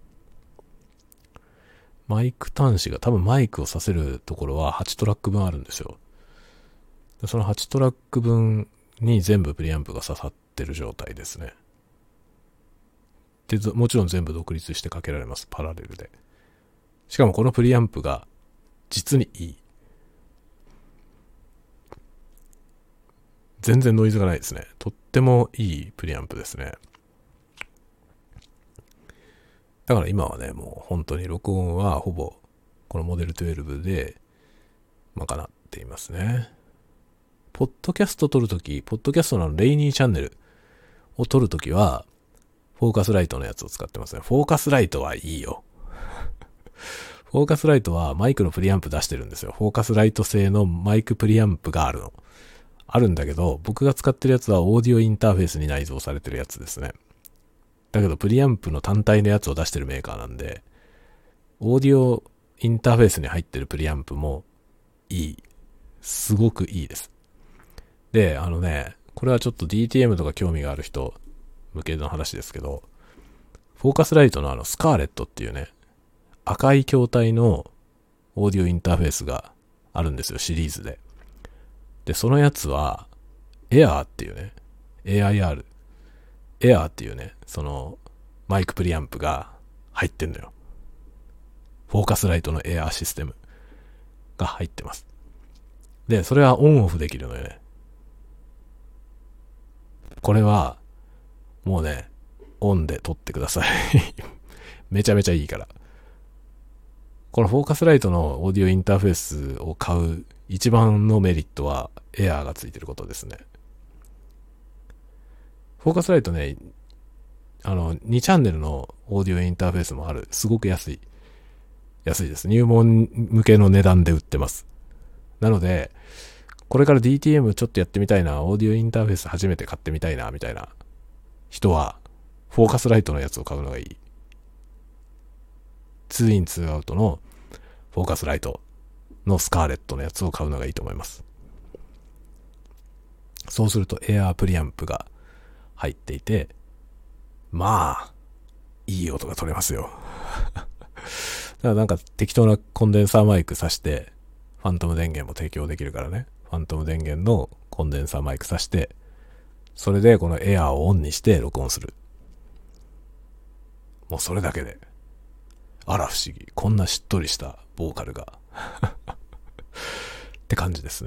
マイク端子が多分マイクをさせるところは8トラック分あるんですよ。その8トラック分に全部プリアンプが刺さってる状態ですね。で、もちろん全部独立してかけられます。パラレルで。しかもこのプリアンプが実にいい。全然ノイズがないですね。とってもいいプリアンプですね。だから今はね、もう本当に録音はほぼこのモデル12で賄っていますね。ポッドキャスト撮るとき、ポッドキャストのレイニーチャンネルを撮るときは、フォーカスライトのやつを使ってますね。フォーカスライトはいいよ。フォーカスライトはマイクのプリアンプ出してるんですよ。フォーカスライト製のマイクプリアンプがあるの。あるんだけど、僕が使ってるやつはオーディオインターフェースに内蔵されてるやつですね。だけどプリアンプの単体のやつを出してるメーカーなんで、オーディオインターフェースに入ってるプリアンプもいい。すごくいいです。で、これはちょっと DTM とか興味がある人向けの話ですけど、フォーカスライトのスカーレットっていうね、赤い筐体のオーディオインターフェースがあるんですよ、シリーズで。で、そのやつは、エアーっていうね、AIR、エアーっていうね、そのマイクプリアンプが入ってんのよ。フォーカスライトのエアーシステムが入ってます。で、それはオンオフできるのよね。これは、もうね、オンで撮ってください。めちゃめちゃいいから。このフォーカスライトのオーディオインターフェースを買う一番のメリットはエアーがついてることですね。フォーカスライトね、2チャンネルのオーディオインターフェースもある。すごく安いです。入門向けの値段で売ってます。なので、これから DTM ちょっとやってみたいな、オーディオインターフェース初めて買ってみたいな、みたいな人は、フォーカスライトのやつを買うのがいい。2 in 2 out のフォーカスライトのスカーレットのやつを買うのがいいと思います。そうするとエアープリアンプが入っていて、まあ、いい音が取れますよ。だからなんか適当なコンデンサーマイク挿して、ファントム電源も提供できるからね。ファントム電源のコンデンサーマイク挿して、それでこのエアーをオンにして録音する。もうそれだけで。あら不思議。こんなしっとりしたボーカルが。って感じですね。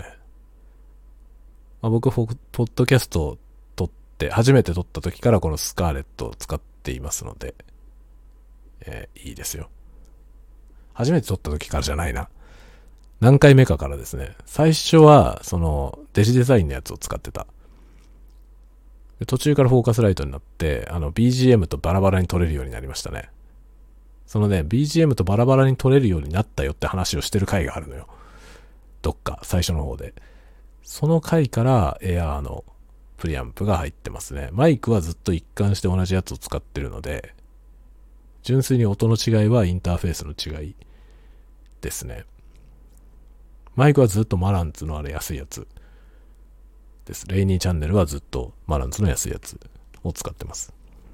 僕、ポッドキャストを初めて撮った時からこのスカーレットを使っていますので、いいですよ。初めて撮った時からじゃないな。何回目かからですね。最初は、デジデザインのやつを使ってた。途中からフォーカスライトになって、BGM とバラバラに撮れるようになりましたね。そのね、BGM とバラバラに撮れるようになったよって話をしてる回があるのよ。どっか、最初の方で。その回からエアーのプリアンプが入ってますね。マイクはずっと一貫して同じやつを使ってるので、純粋に音の違いはインターフェースの違いですね。マイクはずっとマランツの安いやつです。レイニーチャンネルはずっとマランツの安いやつを使ってます。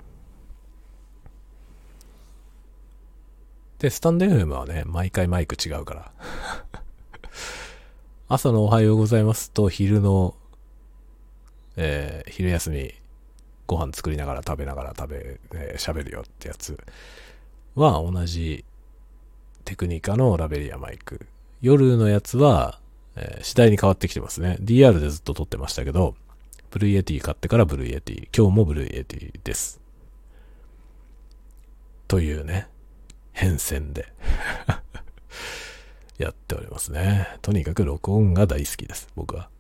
で、スタンド FM はね、毎回マイク違うから。朝のおはようございますと昼の、昼休みご飯作りながら食べながら喋るよってやつは同じテクニカのラベリアマイク。夜のやつは、次第に変わってきてますね。DR でずっと撮ってましたけど、ブルーイエティ買ってからブルーイエティ。今日もブルーイエティです。というね、変遷でやっておりますね。とにかく録音が大好きです、僕は。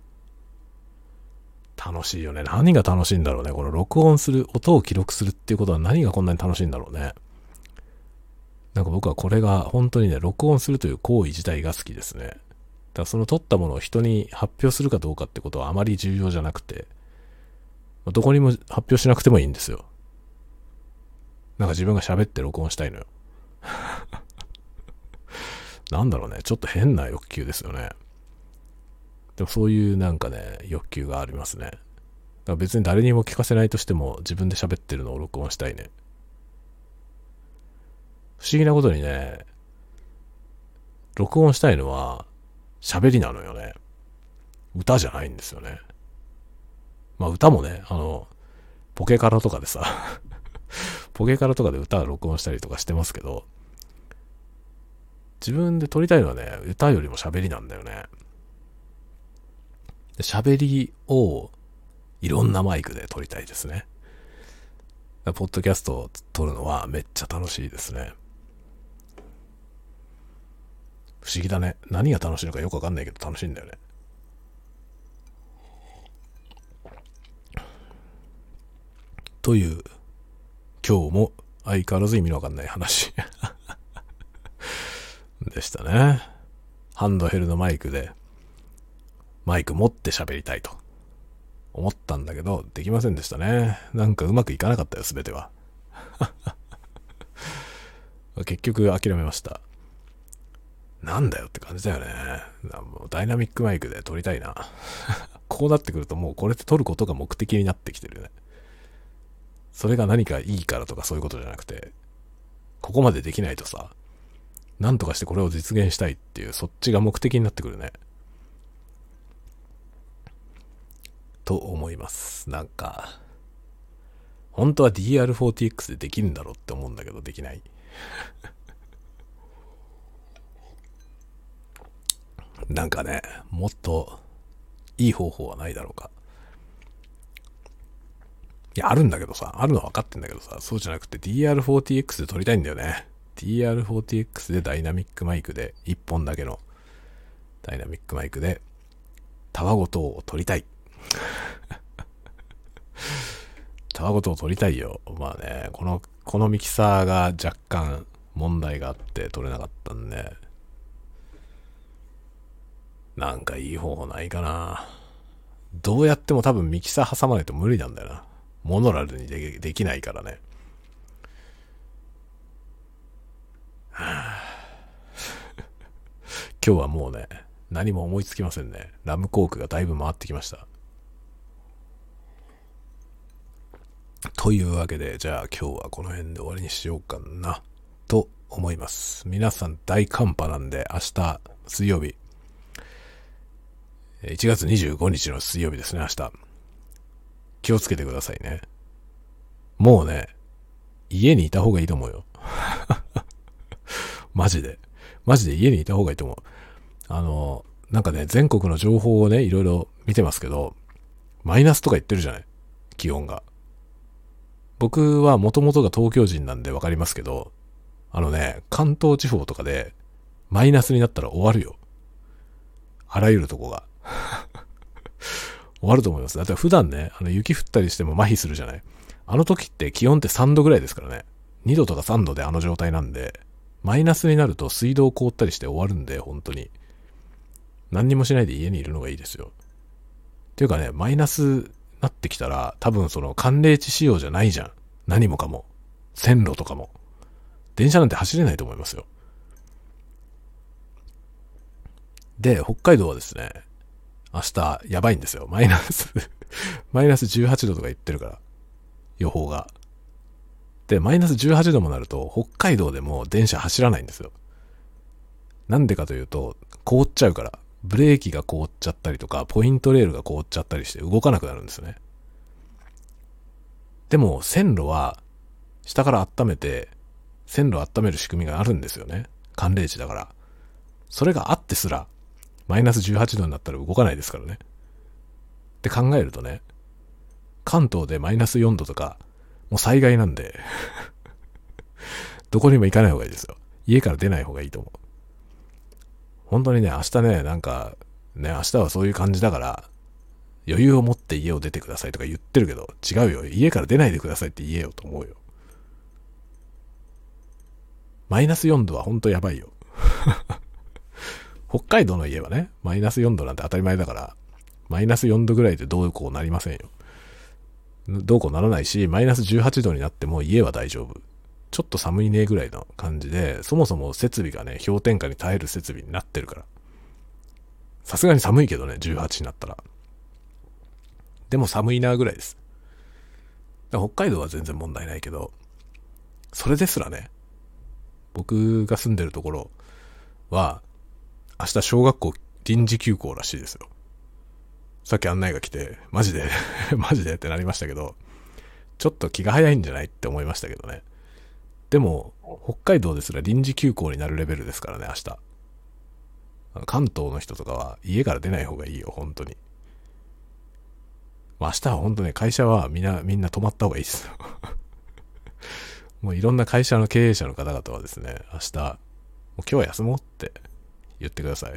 楽しいよね。何が楽しいんだろうね。この録音する、音を記録するっていうことは何がこんなに楽しいんだろうね。なんか僕はこれが本当にね、録音するという行為自体が好きですね。だからその撮ったものを人に発表するかどうかってことはあまり重要じゃなくて、どこにも発表しなくてもいいんですよ。 なんか自分が喋って録音したいのよ。なんだろうね、ちょっと変な欲求ですよね。でもそういうなんかね、欲求がありますね。だから別に誰にも聞かせないとしても自分で喋ってるのを録音したいね。不思議なことにね、録音したいのは喋りなのよね。歌じゃないんですよね。まあ歌もね、ポケカラとかでさ、ポケカラとかで歌を録音したりとかしてますけど、自分で撮りたいのはね、歌よりも喋りなんだよね。で喋りをいろんなマイクで撮りたいですね。ポッドキャストを撮るのはめっちゃ楽しいですね。不思議だね。何が楽しいのかよくわかんないけど楽しいんだよね。という今日も相変わらず意味のわかんない話でしたね。ハンドヘルのマイクでマイク持って喋りたいと思ったんだけどできませんでしたね。なんかうまくいかなかったよ、すべては。結局諦めました。なんだよって感じだよね。もうダイナミックマイクで撮りたいな。こうなってくるともうこれで撮ることが目的になってきてるよね。それが何かいいからとかそういうことじゃなくて、ここまでできないとさ、なんとかしてこれを実現したいっていうそっちが目的になってくるね。と思います。なんか、本当は DR4TX でできるんだろうって思うんだけどできない。なんかね、もっといい方法はないだろうか。いや、あるんだけどさ、あるのは分かってんだけどさ、そうじゃなくて DR4TX で撮りたいんだよね。DR4TX でダイナミックマイクで、1本だけのダイナミックマイクで、たわごとを撮りたい。たわごとを撮りたいよ。まあね、このミキサーが若干問題があって撮れなかったんで、なんかいい方法ないかな。どうやっても多分ミキサー挟まないと無理なんだよな。モノラルにできないからね。今日はもうね、何も思いつきませんね。ラムコークがだいぶ回ってきました。というわけで、じゃあ今日はこの辺で終わりにしようかな、と思います。皆さん大寒波なんで、明日、水曜日。1月25日の水曜日ですね、明日。気をつけてくださいね。もうね、家にいた方がいいと思うよ。マジで家にいた方がいいと思う。なんかね、全国の情報をね、いろいろ見てますけど、マイナスとか言ってるじゃない、気温が。僕は元々が東京人なんでわかりますけど、関東地方とかでマイナスになったら終わるよ。あらゆるとこが。終わると思います。だって普段ね、雪降ったりしても麻痺するじゃない。あの時って気温って3度ぐらいですからね。2度とか3度であの状態なんで、マイナスになると水道凍ったりして終わるんで、本当に。何にもしないで家にいるのがいいですよ。っていうかね、マイナスなってきたら、多分その寒冷地仕様じゃないじゃん。何もかも。線路とかも。電車なんて走れないと思いますよ。で、北海道はですね、明日やばいんですよ。マイナス18度とか言ってるから。予報が。で、マイナス18度もなると、北海道でも電車走らないんですよ。なんでかというと、凍っちゃうから。ブレーキが凍っちゃったりとか、ポイントレールが凍っちゃったりして動かなくなるんですよね。でも、線路は、下から温めて、線路を温める仕組みがあるんですよね。寒冷地だから。それがあってすら、マイナス18度になったら動かないですからね。って考えるとね、関東でマイナス4度とか、もう災害なんで、どこにも行かない方がいいですよ。家から出ない方がいいと思う。本当にね、明日ね、なんか、ね、明日はそういう感じだから、余裕を持って家を出てくださいとか言ってるけど、違うよ。家から出ないでくださいって言えよと思うよ。マイナス4度は本当やばいよ。北海道の家はね、マイナス4度なんて当たり前だから、マイナス4度ぐらいでどうこうなりませんよ。どうこうならないし、マイナス18度になっても家は大丈夫。 ちょっと寒いねぐらいの感じで、そもそも設備がね、氷点下に耐える設備になってるから。さすがに寒いけどね、18になったら。でも寒いなぐらいです。北海道は全然問題ないけど、それですらね、僕が住んでるところは、明日小学校臨時休校らしいですよ。さっき案内が来て、マジでマジでってなりましたけど、ちょっと気が早いんじゃないって思いましたけどね。でも、北海道ですら臨時休校になるレベルですからね、明日。関東の人とかは家から出ない方がいいよ、本当に。まあ、明日は本当ね、会社はみんな泊まった方がいいですよ。もういろんな会社の経営者の方々はですね、明日、もう今日は休もうって言ってください。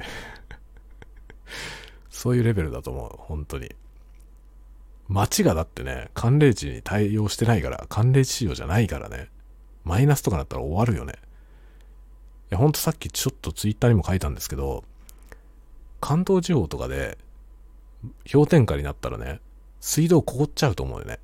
そういうレベルだと思う、本当に。街がだってね、寒冷地に対応してないから、寒冷地仕様じゃないからね、マイナスとかなったら終わるよね。いや、ほんとさっきちょっとツイッターにも書いたんですけど、関東地方とかで氷点下になったらね、水道凍っちゃうと思うよね。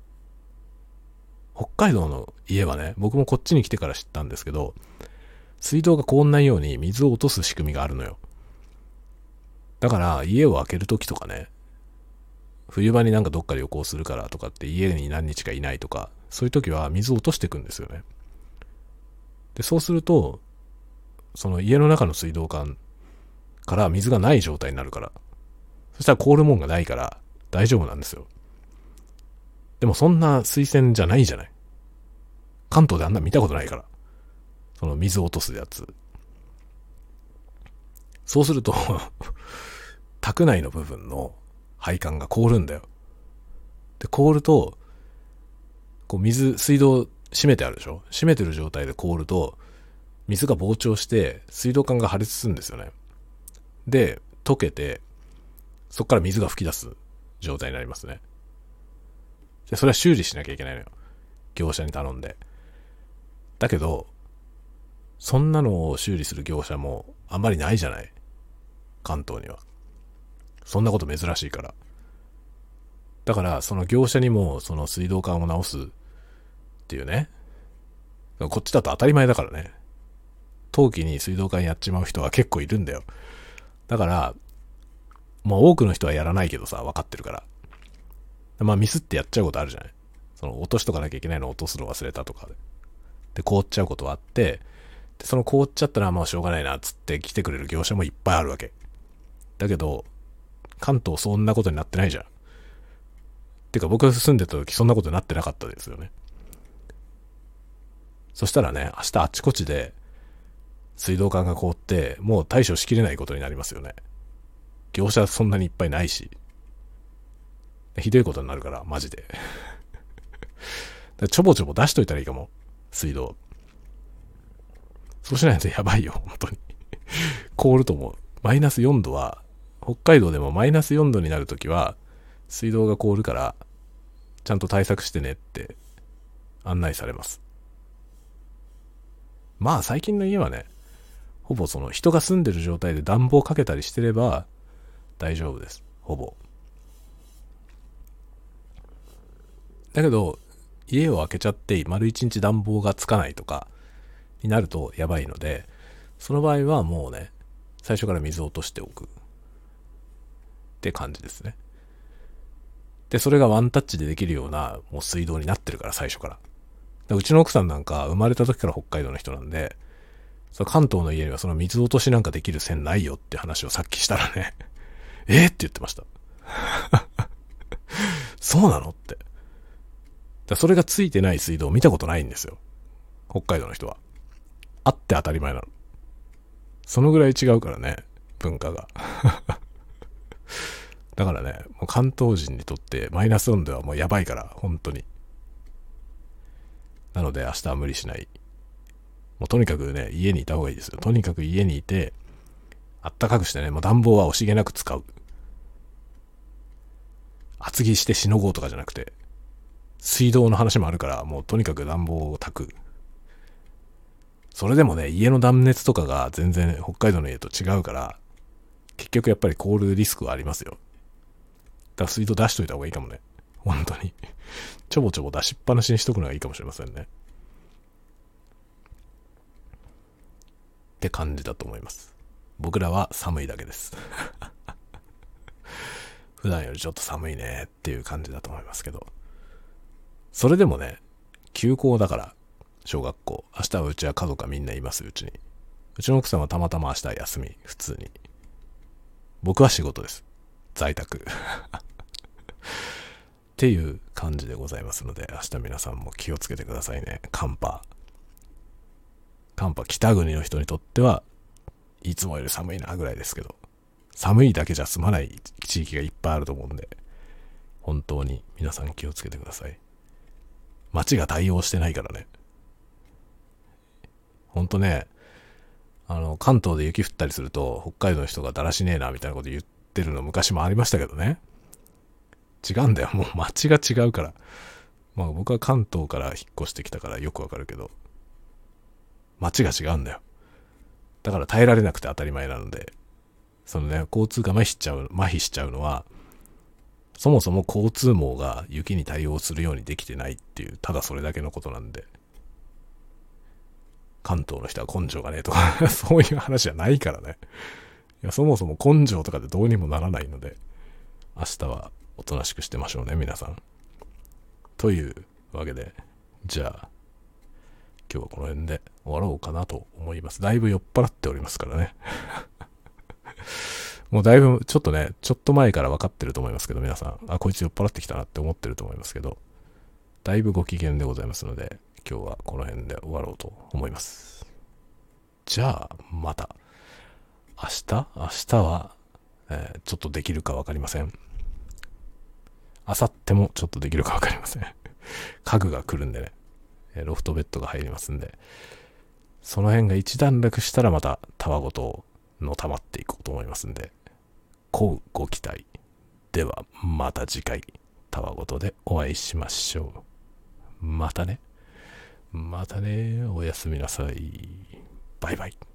北海道の家はね、僕もこっちに来てから知ったんですけど、水道が凍んないように水を落とす仕組みがあるのよ。だから家を開けるときとかね、冬場になんかどっか旅行するからとかって家に何日かいないとか、そういうときは水を落としていくんですよね。で、そうすると、その家の中の水道管から水がない状態になるから、そしたら凍るもんがないから大丈夫なんですよ。でもそんな水栓じゃないじゃない。関東であんな見たことないから。その水を落とすやつ。そうすると宅内の部分の配管が凍るんだよ。で、凍ると、こう水道閉めてあるでしょ？閉めてる状態で凍ると、水が膨張して水道管が破裂するんですよね。で、溶けて、そこから水が噴き出す状態になりますね。で、それは修理しなきゃいけないのよ。業者に頼んで。だけど、そんなのを修理する業者もあんまりないじゃない。関東には。そんなこと珍しいから。だから、その業者にもその水道管を直すっていうね。こっちだと当たり前だからね。冬季に水道管やっちまう人は結構いるんだよ。だから、もう多くの人はやらないけどさ、分かってるから。まあミスってやっちゃうことあるじゃない。その落としとかなきゃいけないのを落とすの忘れたとかで。で、凍っちゃうことはあって、で、その凍っちゃったらもうしょうがないなっつって来てくれる業者もいっぱいあるわけ。だけど、関東そんなことになってないじゃん。てか僕が住んでた時そんなことになってなかったですよね。そしたらね、明日あっちこっちで水道管が凍ってもう対処しきれないことになりますよね。業者そんなにいっぱいないし。ひどいことになるから、マジで。ちょぼちょぼ出しといたらいいかも。水道。そうしないとやばいよ、本当に。凍ると思う。マイナス4度は、北海道でもマイナス4度になるときは、水道が凍るから、ちゃんと対策してねって案内されます。まあ最近の家はね、ほぼその人が住んでる状態で暖房かけたりしてれば大丈夫です。ほぼ。だけど、家を開けちゃって丸一日暖房がつかないとかになるとやばいので、その場合はもうね、最初から水を落としておくって感じですね。で、それがワンタッチでできるようなもう水道になってるから最初から。うちの奥さんなんか生まれた時から北海道の人なんで、その関東の家にはその水落としなんかできる線ないよって話をさっきしたらね、って言ってました。そうなのって。それがついてない水道を見たことないんですよ。北海道の人は。あって当たり前なの。そのぐらい違うからね、文化が。だからね、もう関東人にとってマイナス温度はもうやばいから、本当に。なので明日は無理しない。もうとにかくね、家にいた方がいいですよ。とにかく家にいて、あったかくしてね、もう暖房は惜しげなく使う。厚着してしのごうとかじゃなくて、水道の話もあるから、もうとにかく暖房を炊く。それでもね、家の断熱とかが全然北海道の家と違うから、結局やっぱり凍るリスクはありますよ。だから水道出しといた方がいいかもね。本当に。ちょぼちょぼ出しっぱなしにしとくのがいいかもしれませんね。 って感じだと思います。僕らは寒いだけです。普段よりちょっと寒いねっていう感じだと思いますけど。それでもね、休校だから、小学校。明日はうちは家族がみんないます、うちに。うちの奥さんはたまたま明日は休み、普通に。僕は仕事です。在宅。っていう感じでございますので、明日皆さんも気をつけてくださいね。寒波、北国の人にとってはいつもより寒いなぐらいですけど、寒いだけじゃ済まない地域がいっぱいあると思うんで、本当に皆さん気をつけてください。街が対応してないからね。ほんとね、関東で雪降ったりすると、北海道の人がだらしねえなみたいなこと言ってるの昔もありましたけどね。違うんだよ。もう街が違うから。まあ僕は関東から引っ越してきたからよくわかるけど、街が違うんだよ。だから耐えられなくて当たり前なので、そのね、交通が麻痺しちゃうのは、そもそも交通網が雪に対応するようにできてないっていう、ただそれだけのことなんで、関東の人は根性がねえとかそういう話じゃないからね。いや、そもそも根性とかでどうにもならないので、明日はおとなしくしてましょうね、皆さん。というわけで、じゃあ、今日はこの辺で終わろうかなと思います。だいぶ酔っ払っておりますからね。もうだいぶ、ちょっと前から分かってると思いますけど、皆さん、こいつ酔っ払ってきたなって思ってると思いますけど、だいぶご機嫌でございますので、今日はこの辺で終わろうと思います。じゃあ、また。明日は、ちょっとできるか分かりません。明後日もちょっとできるか分かりません。家具が来るんでね、ロフトベッドが入りますんで、その辺が一段落したらまたたわごとのたまっていこうと思いますんで、ご期待。ではまた次回たわごとでお会いしましょう。またね。おやすみなさい。バイバイ。